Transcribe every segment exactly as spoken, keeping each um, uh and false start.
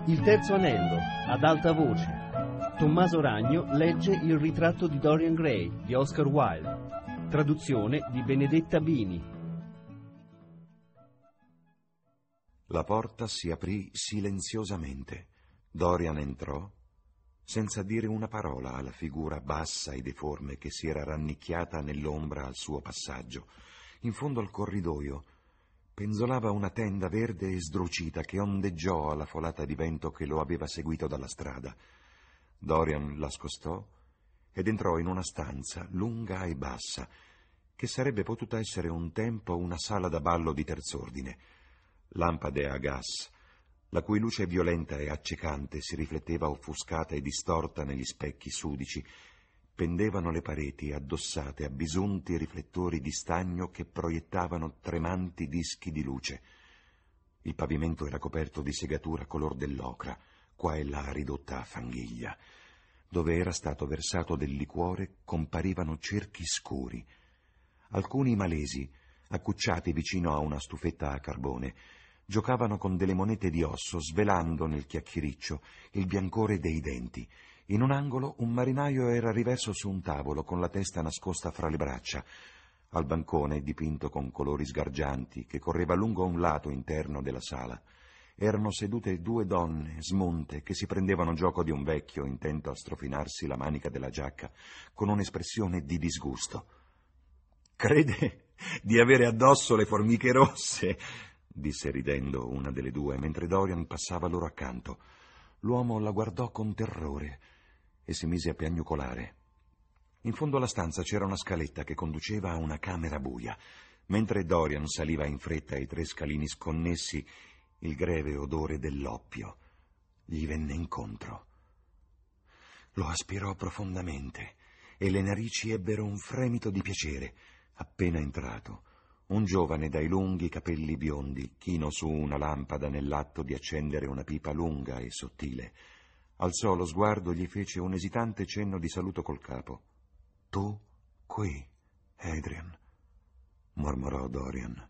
Il terzo anello, ad alta voce. Tommaso Ragno legge Il ritratto di Dorian Gray di Oscar Wilde. Traduzione di Benedetta Bini. La porta si aprì silenziosamente. Dorian entrò, senza dire una parola alla figura bassa e deforme che si era rannicchiata nell'ombra al suo passaggio. In fondo al corridoio penzolava una tenda verde e sdrucita che ondeggiò alla folata di vento che lo aveva seguito dalla strada. Dorian la scostò ed entrò in una stanza lunga e bassa, che sarebbe potuta essere un tempo una sala da ballo di terz'ordine. Lampade a gas, la cui luce violenta e accecante si rifletteva offuscata e distorta negli specchi sudici, pendevano le pareti addossate a bisunti riflettori di stagno che proiettavano tremanti dischi di luce. Il pavimento era coperto di segatura color dell'ocra, qua e là ridotta a fanghiglia. Dove era stato versato del liquore comparivano cerchi scuri. Alcuni malesi, accucciati vicino a una stufetta a carbone, giocavano con delle monete di osso, svelando nel chiacchiericcio il biancore dei denti. In un angolo un marinaio era riverso su un tavolo con la testa nascosta fra le braccia. Al bancone, dipinto con colori sgargianti, che correva lungo un lato interno della sala, erano sedute due donne smunte che si prendevano gioco di un vecchio intento a strofinarsi la manica della giacca con un'espressione di disgusto. «Crede di avere addosso le formiche rosse», disse ridendo una delle due, mentre Dorian passava loro accanto. L'uomo la guardò con terrore e si mise a piagnucolare. In fondo alla stanza c'era una scaletta che conduceva a una camera buia. Mentre Dorian saliva in fretta i tre scalini sconnessi, il greve odore dell'oppio gli venne incontro. Lo aspirò profondamente e le narici ebbero un fremito di piacere. Appena entrato, un giovane dai lunghi capelli biondi chinò su una lampada nell'atto di accendere una pipa lunga e sottile. Alzò lo sguardo e gli fece un esitante cenno di saluto col capo. «Tu qui, Adrian», mormorò Dorian.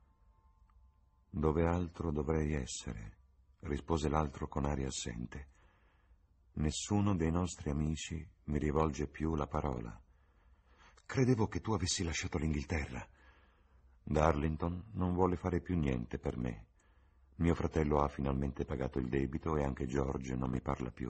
«Dove altro dovrei essere?» rispose l'altro con aria assente. «Nessuno dei nostri amici mi rivolge più la parola. Credevo che tu avessi lasciato l'Inghilterra. Darlington non vuole fare più niente per me. Mio fratello ha finalmente pagato il debito e anche George non mi parla più.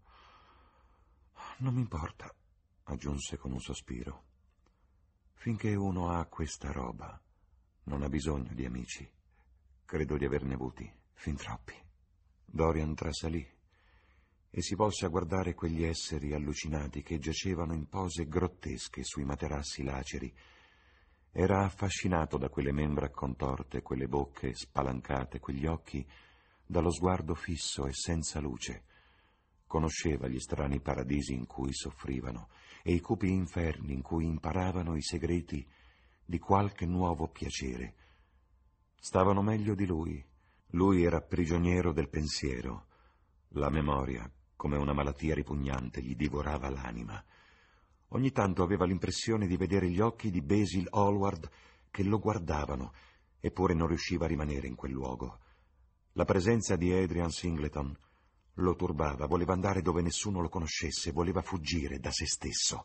Non mi importa», aggiunse con un sospiro. «Finché uno ha questa roba, non ha bisogno di amici. Credo di averne avuti fin troppi». Dorian trasalì e si volse a guardare quegli esseri allucinati che giacevano in pose grottesche sui materassi laceri. Era affascinato da quelle membra contorte, quelle bocche spalancate, quegli occhi dallo sguardo fisso e senza luce. Conosceva gli strani paradisi in cui soffrivano e i cupi inferni in cui imparavano i segreti di qualche nuovo piacere. Stavano meglio di lui. Lui era prigioniero del pensiero. La memoria, come una malattia ripugnante, gli divorava l'anima. Ogni tanto aveva l'impressione di vedere gli occhi di Basil Hallward che lo guardavano, eppure non riusciva a rimanere in quel luogo. La presenza di Adrian Singleton lo turbava, voleva andare dove nessuno lo conoscesse, voleva fuggire da se stesso.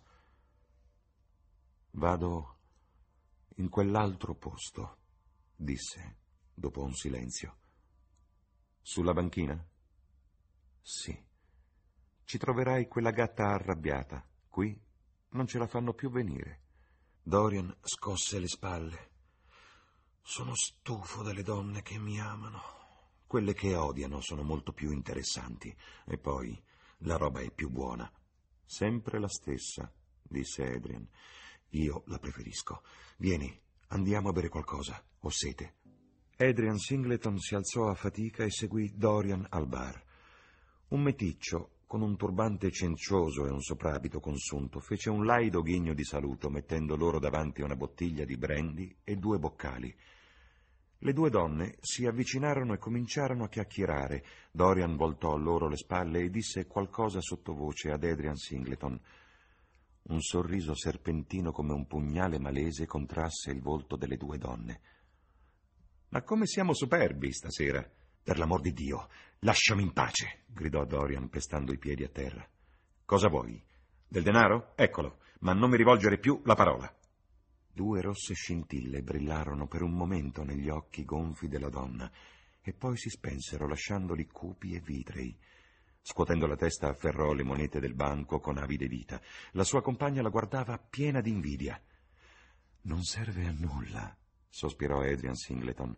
«Vado in quell'altro posto», disse, dopo un silenzio. «Sulla banchina?» «Sì. Ci troverai quella gatta arrabbiata. Qui non ce la fanno più venire». Dorian scosse le spalle. «Sono stufo delle donne che mi amano. Quelle che odiano sono molto più interessanti. E poi la roba è più buona». «Sempre la stessa», disse Adrian. «Io la preferisco. Vieni, andiamo a bere qualcosa. Ho sete». Adrian Singleton si alzò a fatica e seguì Dorian al bar. Un meticcio, con un turbante cencioso e un soprabito consunto, fece un laido ghigno di saluto, mettendo loro davanti una bottiglia di brandy e due boccali. Le due donne si avvicinarono e cominciarono a chiacchierare. Dorian voltò loro le spalle e disse qualcosa sottovoce ad Adrian Singleton. Un sorriso serpentino come un pugnale malese contrasse il volto delle due donne. «Ma come siamo superbi stasera», Per l'amor di Dio, lasciami in pace, gridò Dorian pestando i piedi a terra. Cosa vuoi? Del denaro? Eccolo, ma non mi rivolgere più la parola. Due rosse scintille brillarono per un momento negli occhi gonfi della donna e poi si spensero lasciandoli cupi e vitrei. Scuotendo la testa afferrò le monete del banco con avide dita. La sua compagna la guardava piena di invidia. Non serve a nulla, sospirò Adrian Singleton.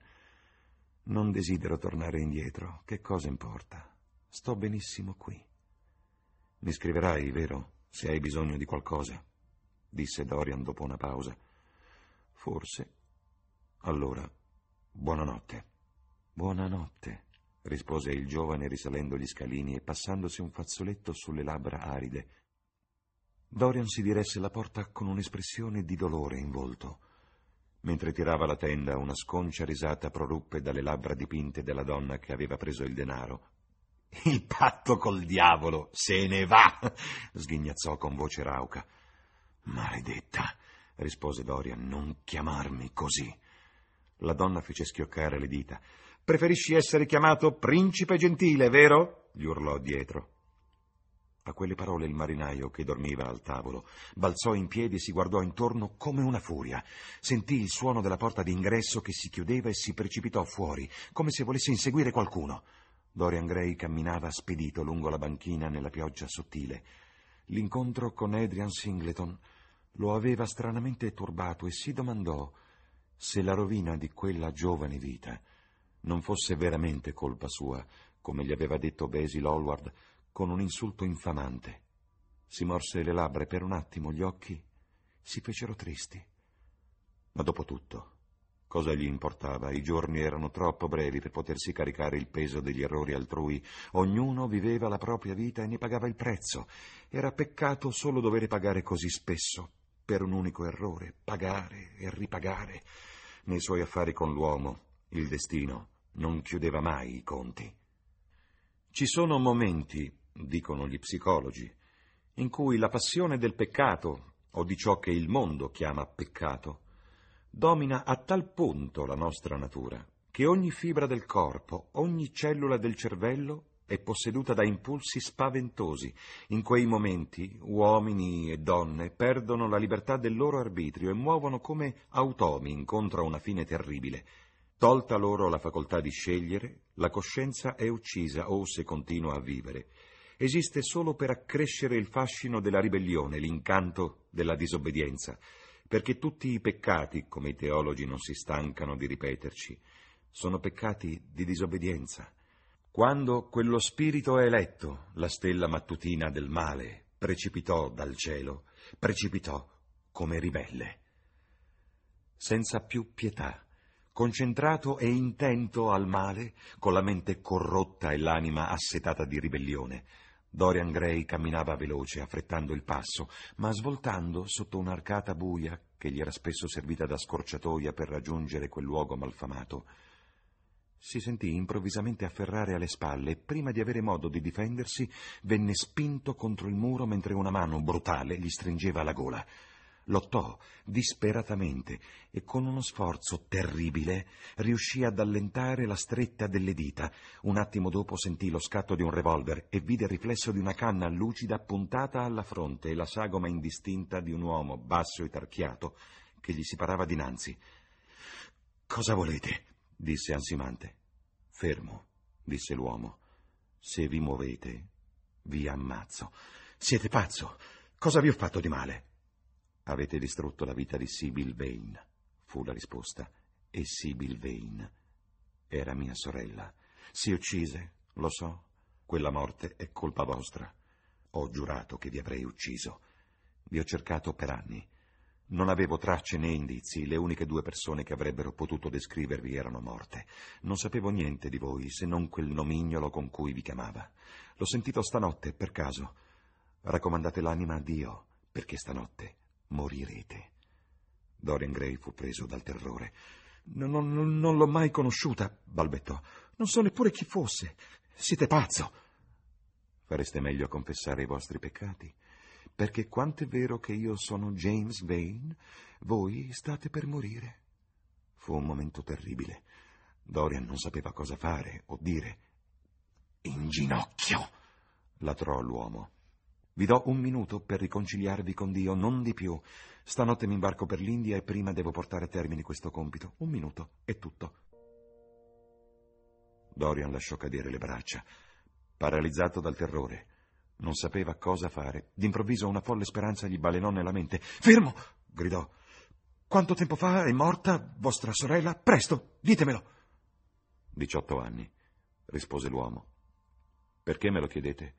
Non desidero tornare indietro. Che cosa importa? Sto benissimo qui. Mi scriverai, vero, se hai bisogno di qualcosa? Disse Dorian dopo una pausa. Forse. Allora, buonanotte. Buonanotte, rispose il giovane risalendo gli scalini e passandosi un fazzoletto sulle labbra aride. Dorian si diresse la porta con un'espressione di dolore in volto. Mentre tirava la tenda, una sconcia risata proruppe dalle labbra dipinte della donna che aveva preso il denaro. «Il patto col diavolo se ne va!» sghignazzò con voce rauca. «Maledetta!» rispose Dorian, «non chiamarmi così!» La donna fece schioccare le dita. «Preferisci essere chiamato principe gentile, vero?» gli urlò dietro. A quelle parole il marinaio, che dormiva al tavolo, balzò in piedi e si guardò intorno come una furia. Sentì il suono della porta d'ingresso che si chiudeva e si precipitò fuori, come se volesse inseguire qualcuno. Dorian Gray camminava spedito lungo la banchina nella pioggia sottile. L'incontro con Adrian Singleton lo aveva stranamente turbato e si domandò se la rovina di quella giovane vita non fosse veramente colpa sua, come gli aveva detto Basil Hallward, con un insulto infamante. Si morse le labbra e per un attimo gli occhi si fecero tristi. Ma dopo tutto, cosa gli importava? I giorni erano troppo brevi per potersi caricare il peso degli errori altrui. Ognuno viveva la propria vita e ne pagava il prezzo. Era peccato solo dover pagare così spesso per un unico errore, pagare e ripagare. Nei suoi affari con l'uomo, il destino non chiudeva mai i conti. Ci sono momenti, dicono gli psicologi, in cui la passione del peccato, o di ciò che il mondo chiama peccato, domina a tal punto la nostra natura che ogni fibra del corpo, ogni cellula del cervello è posseduta da impulsi spaventosi. In quei momenti uomini e donne perdono la libertà del loro arbitrio e muovono come automi incontro a una fine terribile. Tolta loro la facoltà di scegliere, la coscienza è uccisa o, se continua a vivere, esiste solo per accrescere il fascino della ribellione, l'incanto della disobbedienza, perché tutti i peccati, come i teologi non si stancano di ripeterci, sono peccati di disobbedienza. Quando quello spirito eletto, la stella mattutina del male, precipitò dal cielo, precipitò come ribelle. Senza più pietà, concentrato e intento al male, con la mente corrotta e l'anima assetata di ribellione, Dorian Gray camminava veloce, affrettando il passo, ma svoltando sotto un'arcata buia che gli era spesso servita da scorciatoia per raggiungere quel luogo malfamato. Si sentì improvvisamente afferrare alle spalle e prima di avere modo di difendersi venne spinto contro il muro mentre una mano brutale gli stringeva la gola. Lottò disperatamente e con uno sforzo terribile riuscì ad allentare la stretta delle dita. Un attimo dopo sentì lo scatto di un revolver e vide il riflesso di una canna lucida puntata alla fronte e la sagoma indistinta di un uomo basso e tarchiato che gli si parava dinanzi. «Cosa volete?» disse ansimante. «Fermo», disse l'uomo. «Se vi muovete, vi ammazzo». «Siete pazzo? Cosa vi ho fatto di male?» «Avete distrutto la vita di Sybil Vane», fu la risposta. «E Sybil Vane era mia sorella. Si uccise, lo so. Quella morte è colpa vostra. Ho giurato che vi avrei ucciso. Vi ho cercato per anni. Non avevo tracce né indizi, le uniche due persone che avrebbero potuto descrivervi erano morte. Non sapevo niente di voi, se non quel nomignolo con cui vi chiamava. L'ho sentito stanotte, per caso. Raccomandate l'anima a Dio, perché stanotte morirete». Dorian Gray fu preso dal terrore. Non, non, non l'ho mai conosciuta», balbettò. «Non so neppure chi fosse. Siete pazzo». «Fareste meglio a confessare i vostri peccati, perché quanto è vero che io sono James Vane, voi state per morire». Fu un momento terribile. Dorian non sapeva cosa fare o dire. «In ginocchio!» latrò l'uomo. «Vi do un minuto per riconciliarvi con Dio, non di più. Stanotte mi imbarco per l'India e prima devo portare a termine questo compito. Un minuto, è tutto». Dorian lasciò cadere le braccia, paralizzato dal terrore. Non sapeva cosa fare. D'improvviso una folle speranza gli balenò nella mente. «Fermo!» gridò. «Quanto tempo fa è morta vostra sorella? Presto, ditemelo!» «Diciotto anni», rispose l'uomo. «Perché me lo chiedete?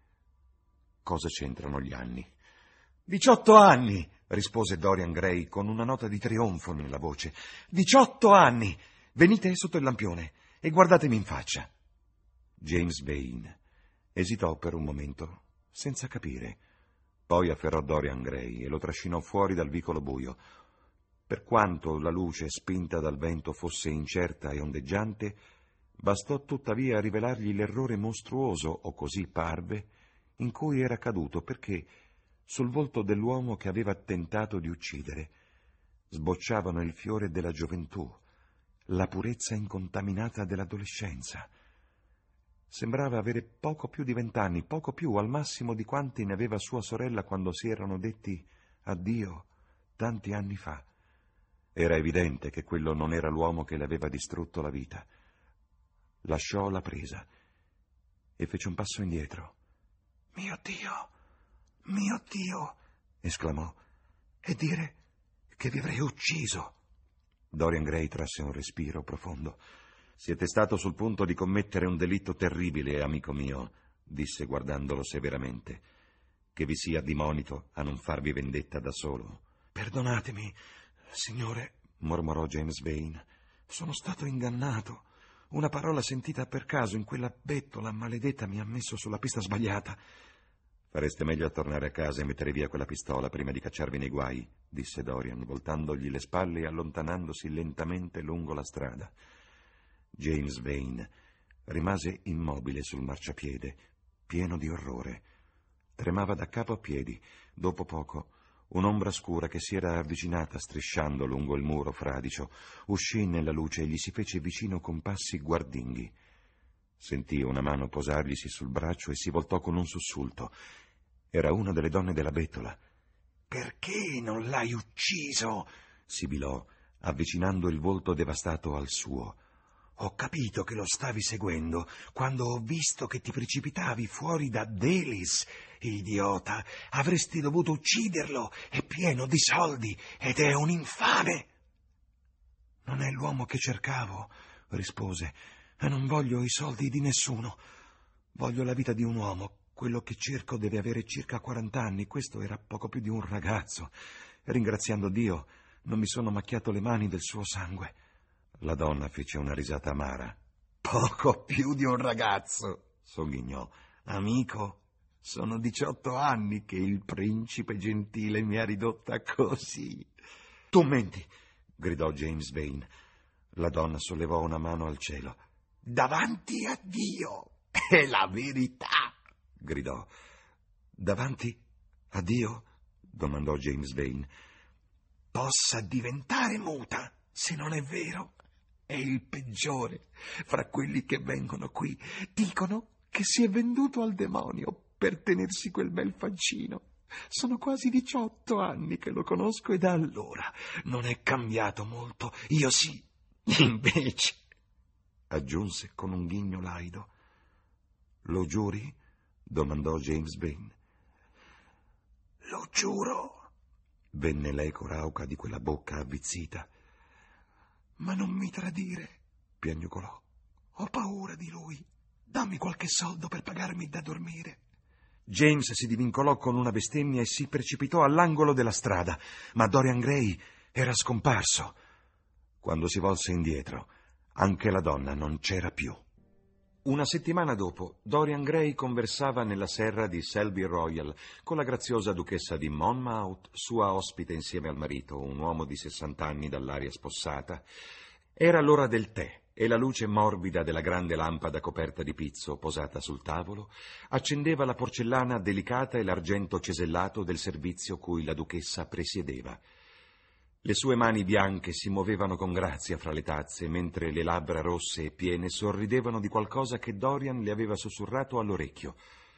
Cosa c'entrano gli anni?» «Diciotto anni!» rispose Dorian Gray con una nota di trionfo nella voce. «Diciotto anni! Venite sotto il lampione e guardatemi in faccia». James Vane esitò per un momento, senza capire. Poi afferrò Dorian Gray e lo trascinò fuori dal vicolo buio. Per quanto la luce, spinta dal vento, fosse incerta e ondeggiante, bastò tuttavia rivelargli l'errore mostruoso, o così parve, in cui era caduto, perché sul volto dell'uomo che aveva tentato di uccidere sbocciavano il fiore della gioventù, la purezza incontaminata dell'adolescenza. Sembrava avere poco più di vent'anni, poco più al massimo di quanti ne aveva sua sorella quando si erano detti addio tanti anni fa. Era evidente che quello non era l'uomo che le aveva distrutto la vita. Lasciò la presa e fece un passo indietro. «Mio Dio, mio Dio!» esclamò. «E dire che vi avrei ucciso!» Dorian Gray trasse un respiro profondo. «Siete stato sul punto di commettere un delitto terribile, amico mio», disse guardandolo severamente. «Che vi sia di monito a non farvi vendetta da solo». «Perdonatemi, signore», mormorò James Vane. «Sono stato ingannato. Una parola sentita per caso in quella bettola maledetta mi ha messo sulla pista sbagliata». «Fareste meglio a tornare a casa e mettere via quella pistola prima di cacciarvi nei guai», disse Dorian, voltandogli le spalle e allontanandosi lentamente lungo la strada. James Vane rimase immobile sul marciapiede, pieno di orrore. Tremava da capo a piedi. Dopo poco, un'ombra scura che si era avvicinata strisciando lungo il muro fradicio uscì nella luce e gli si fece vicino con passi guardinghi. Sentì una mano posarglisi sul braccio e si voltò con un sussulto. Era una delle donne della bettola. «Perché non l'hai ucciso?» sibilò, avvicinando il volto devastato al suo. «Ho capito che lo stavi seguendo quando ho visto che ti precipitavi fuori da Delis. Idiota, avresti dovuto ucciderlo, è pieno di soldi ed è un infame!» «Non è l'uomo che cercavo», rispose, «e non voglio i soldi di nessuno. Voglio la vita di un uomo. Quello che cerco deve avere circa quarant'anni. Questo era poco più di un ragazzo. Ringraziando Dio, non mi sono macchiato le mani del suo sangue». La donna fece una risata amara. «Poco più di un ragazzo», sogghignò. «Amico, sono diciotto anni che il principe gentile mi ha ridotta così». «Tu menti», gridò James Vane. La donna sollevò una mano al cielo. «Davanti a Dio è la verità», gridò. «Davanti a Dio?» domandò James Vane. «Possa diventare muta, se non è vero. È il peggiore fra quelli che vengono qui. Dicono che si è venduto al demonio per tenersi quel bel faccino. Sono quasi diciotto anni che lo conosco e da allora non è cambiato molto. Io sì, invece», aggiunse con un ghigno laido. «Lo giuri?» domandò James Vane. «Lo giuro», venne l'eco rauca di quella bocca avvizzita. «Ma non mi tradire», piagnucolò. «Ho paura di lui. Dammi qualche soldo per pagarmi da dormire». James si divincolò con una bestemmia e si precipitò all'angolo della strada, ma Dorian Gray era scomparso. Quando si volse indietro, anche la donna non c'era più. Una settimana dopo, Dorian Gray conversava nella serra di Selby Royal con la graziosa duchessa di Monmouth, sua ospite insieme al marito, un uomo di sessant'anni dall'aria spossata. Era l'ora del tè e la luce morbida della grande lampada coperta di pizzo posata sul tavolo accendeva la porcellana delicata e l'argento cesellato del servizio cui la duchessa presiedeva. Le sue mani bianche si muovevano con grazia fra le tazze, mentre le labbra rosse e piene sorridevano di qualcosa che Dorian le aveva sussurrato all'orecchio.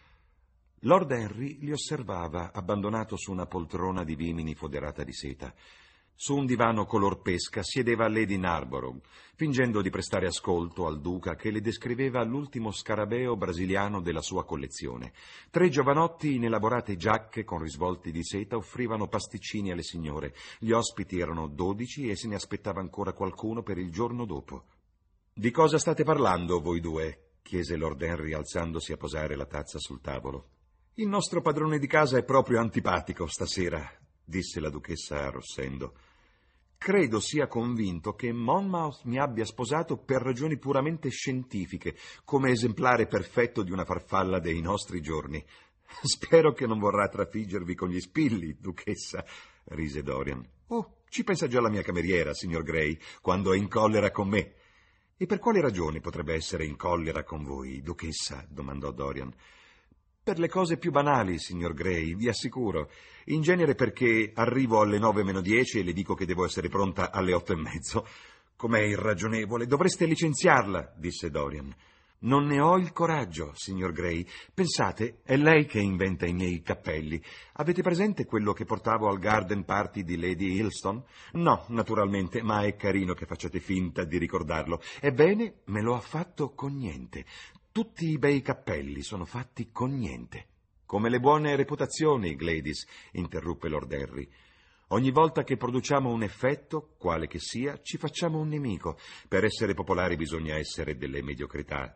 Lord Henry li osservava, abbandonato su una poltrona di vimini foderata di seta. Su un divano color pesca siedeva Lady Narborough, fingendo di prestare ascolto al duca che le descriveva l'ultimo scarabeo brasiliano della sua collezione. Tre giovanotti in elaborate giacche con risvolti di seta offrivano pasticcini alle signore. Gli ospiti erano dodici e se ne aspettava ancora qualcuno per il giorno dopo. «Di cosa state parlando, voi due?» chiese Lord Henry alzandosi a posare la tazza sul tavolo. «Il nostro padrone di casa è proprio antipatico stasera», disse la duchessa arrossendo. «Credo sia convinto che Monmouth mi abbia sposato per ragioni puramente scientifiche, come esemplare perfetto di una farfalla dei nostri giorni. Spero che non vorrà trafiggervi con gli spilli, duchessa», rise Dorian. «Oh, ci pensa già la mia cameriera, signor Grey, quando è in collera con me». «E per quali ragioni potrebbe essere in collera con voi, duchessa?» domandò Dorian. «Per le cose più banali, signor Grey, vi assicuro. In genere perché arrivo alle nove meno dieci e le dico che devo essere pronta alle otto e mezzo. Com'è irragionevole. Dovreste licenziarla», disse Dorian. «Non ne ho il coraggio, signor Grey. Pensate, è lei che inventa i miei cappelli. Avete presente quello che portavo al garden party di Lady Hilstone? No, naturalmente, ma è carino che facciate finta di ricordarlo. Ebbene, me lo ha fatto con niente. Tutti i bei cappelli sono fatti con niente». «Come le buone reputazioni, Gladys», interruppe Lord Henry. «Ogni volta che produciamo un effetto, quale che sia, ci facciamo un nemico. Per essere popolari bisogna essere delle mediocrità».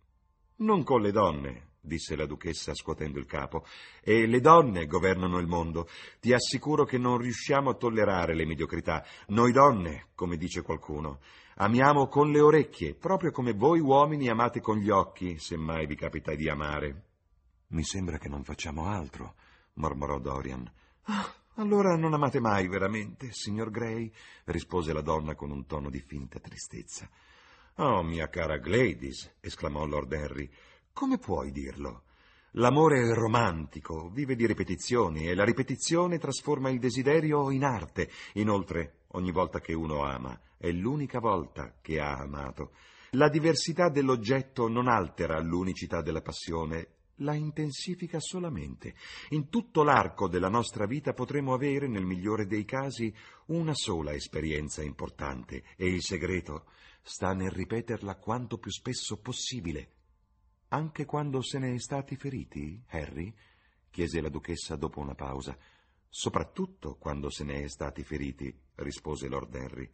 «Non con le donne», disse la duchessa scuotendo il capo. «E le donne governano il mondo. Ti assicuro che non riusciamo a tollerare le mediocrità. Noi donne, come dice qualcuno. Amiamo con le orecchie, proprio come voi uomini amate con gli occhi, se mai vi capita di amare». «Mi sembra che non facciamo altro», mormorò Dorian. «Ah, allora non amate mai veramente, signor Grey?» rispose la donna con un tono di finta tristezza. «Oh, mia cara Gladys», esclamò Lord Henry, «come puoi dirlo? L'amore è romantico, vive di ripetizioni, e la ripetizione trasforma il desiderio in arte. Inoltre, ogni volta che uno ama, è l'unica volta che ha amato. La diversità dell'oggetto non altera l'unicità della passione, la intensifica solamente. In tutto l'arco della nostra vita potremo avere, nel migliore dei casi, una sola esperienza importante, e il segreto sta nel ripeterla quanto più spesso possibile». «Anche quando se ne è stati feriti, Harry?» chiese la duchessa dopo una pausa. «Soprattutto quando se ne è stati feriti», rispose Lord Henry.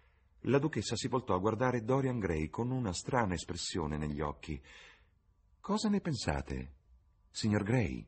La duchessa si voltò a guardare Dorian Gray con una strana espressione negli occhi. «Cosa ne pensate, signor Gray?»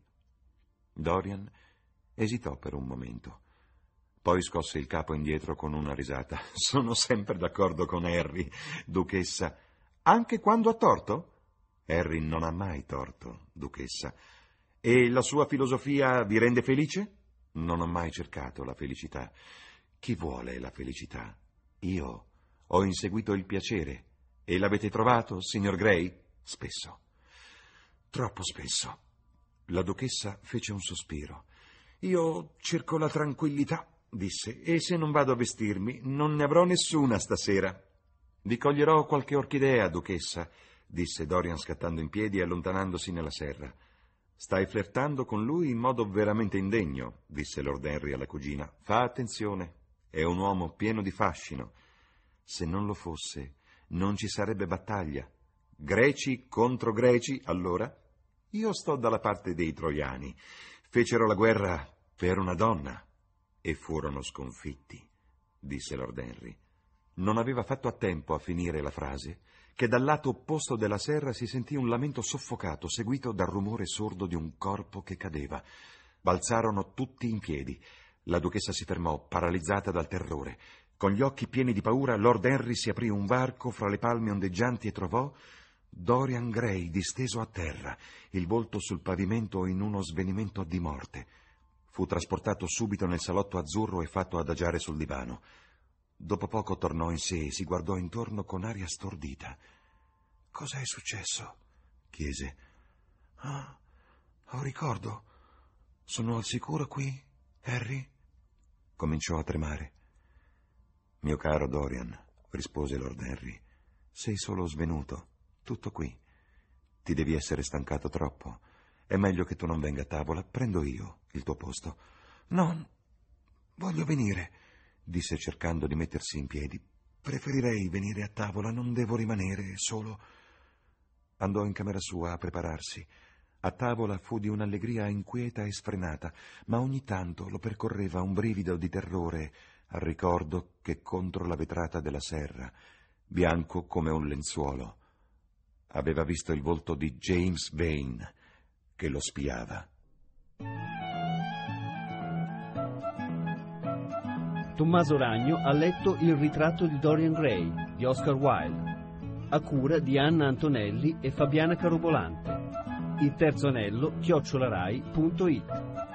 Dorian esitò per un momento. Poi scosse il capo indietro con una risata. «Sono sempre d'accordo con Harry, duchessa». «Anche quando ha torto?» «Harry non ha mai torto, duchessa». «E la sua filosofia vi rende felice?» «Non ho mai cercato la felicità». «Chi vuole la felicità? Io ho inseguito il piacere». «E l'avete trovato, signor Gray?» «Spesso. Troppo spesso». La duchessa fece un sospiro. «Io cerco la tranquillità», disse, «e se non vado a vestirmi non ne avrò nessuna stasera». «Vi coglierò qualche orchidea, duchessa», disse Dorian scattando in piedi e allontanandosi nella serra. «Stai flirtando con lui in modo veramente indegno», disse Lord Henry alla cugina. «Fa attenzione, è un uomo pieno di fascino. Se non lo fosse, non ci sarebbe battaglia. Greci contro greci, allora? Io sto dalla parte dei troiani. Fecero la guerra per una donna e furono sconfitti», disse Lord Henry. Non aveva fatto a tempo a finire la frase che dal lato opposto della serra si sentì un lamento soffocato, seguito dal rumore sordo di un corpo che cadeva. Balzarono tutti in piedi. La duchessa si fermò, paralizzata dal terrore. Con gli occhi pieni di paura, Lord Henry si aprì un varco fra le palme ondeggianti e trovò Dorian Gray disteso a terra, il volto sul pavimento in uno svenimento di morte. Fu trasportato subito nel salotto azzurro e fatto adagiare sul divano. Dopo poco tornò in sé e si guardò intorno con aria stordita. «Cosa è successo?» chiese. «Ah, ho ricordo. Sono al sicuro qui, Harry?» Cominciò a tremare. Mio caro Dorian, rispose Lord Henry, sei solo svenuto, tutto qui. Ti devi essere stancato troppo. È meglio che tu non venga a tavola, prendo io il tuo posto. No, voglio venire, disse cercando di mettersi in piedi. Preferirei venire a tavola, non devo rimanere solo. Andò in camera sua a prepararsi. A tavola fu di un'allegria inquieta e sfrenata, ma ogni tanto lo percorreva un brivido di terrore al ricordo che contro la vetrata della serra, bianco come un lenzuolo, aveva visto il volto di James Vane che lo spiava. Tommaso Ragno ha letto Il ritratto di Dorian Gray di Oscar Wilde, a cura di Anna Antonelli e Fabiana Carobolante. Il terzo anello chiocciolarai punto it.